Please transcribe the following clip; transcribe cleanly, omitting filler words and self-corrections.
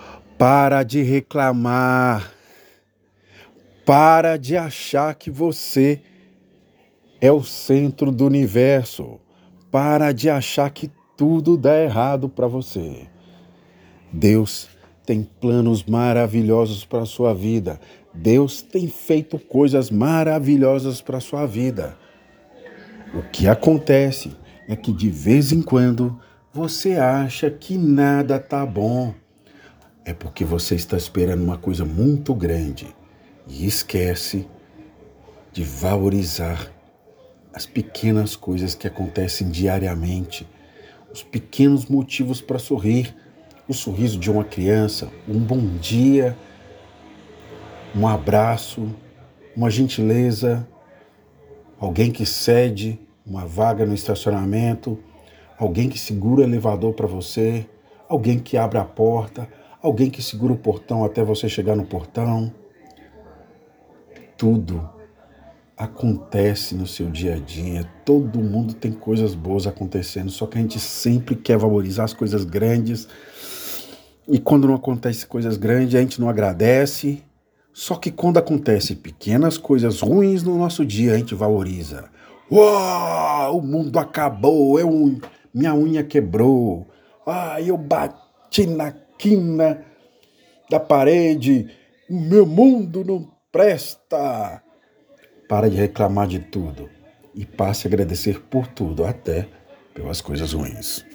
Para de reclamar. Para de achar que você é o centro do universo. Para de achar que tudo dá errado para você. Deus tem planos maravilhosos para a sua vida. Deus tem feito coisas maravilhosas para a sua vida. O que acontece é que de vez em quando você acha que nada tá bom. É porque você está esperando uma coisa muito grande e esquece de valorizar as pequenas coisas que acontecem diariamente, os pequenos motivos para sorrir, o sorriso de uma criança, um bom dia, um abraço, uma gentileza, alguém que cede uma vaga no estacionamento, alguém que segura o elevador para você, alguém que abre a porta, alguém que segura o portão até você chegar no portão. Tudo acontece no seu dia a dia, todo mundo tem coisas boas acontecendo, só que a gente sempre quer valorizar as coisas grandes, e quando não acontece coisas grandes a gente não agradece. Só que quando acontece pequenas coisas ruins no nosso dia, a gente valoriza. Uau, o mundo acabou, minha unha quebrou, eu bati na quina da parede, o meu mundo não presta. Para de reclamar de tudo e passe a agradecer por tudo, até pelas coisas ruins.